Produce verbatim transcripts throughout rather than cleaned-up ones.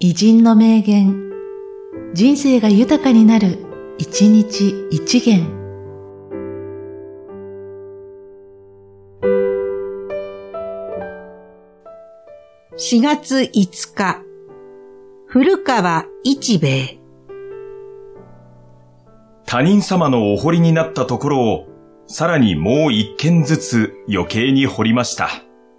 偉人の名言、人生が豊かになる、一日一元。 しがついつか、古川一兵衛。 他人様のお堀になったところを、さらにもう一軒ずつ余計に掘りました。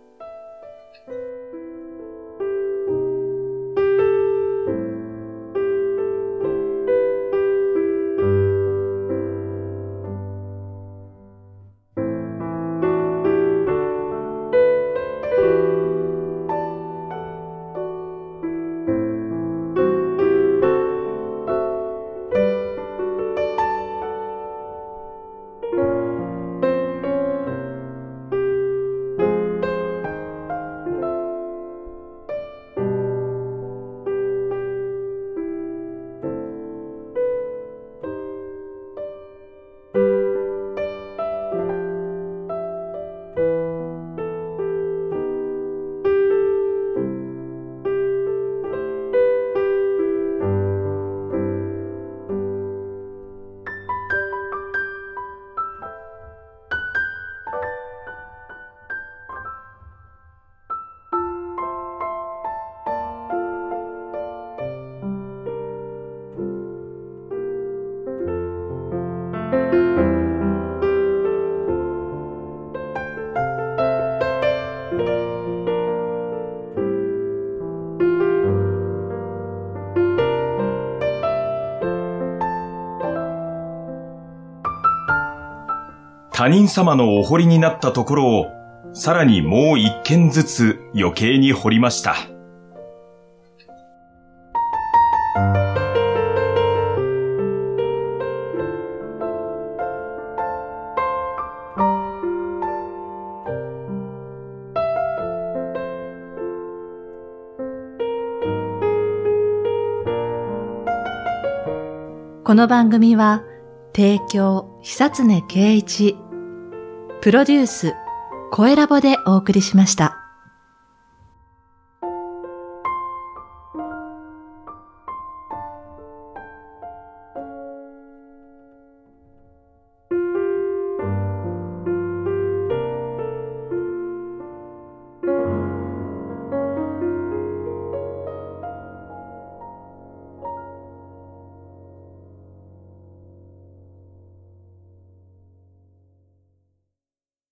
他人様のお堀になったところを、さらにもう一軒ずつ余計に掘りました。 この番組は、提供、久常圭一、プロデュース、声ラボでお送りしました。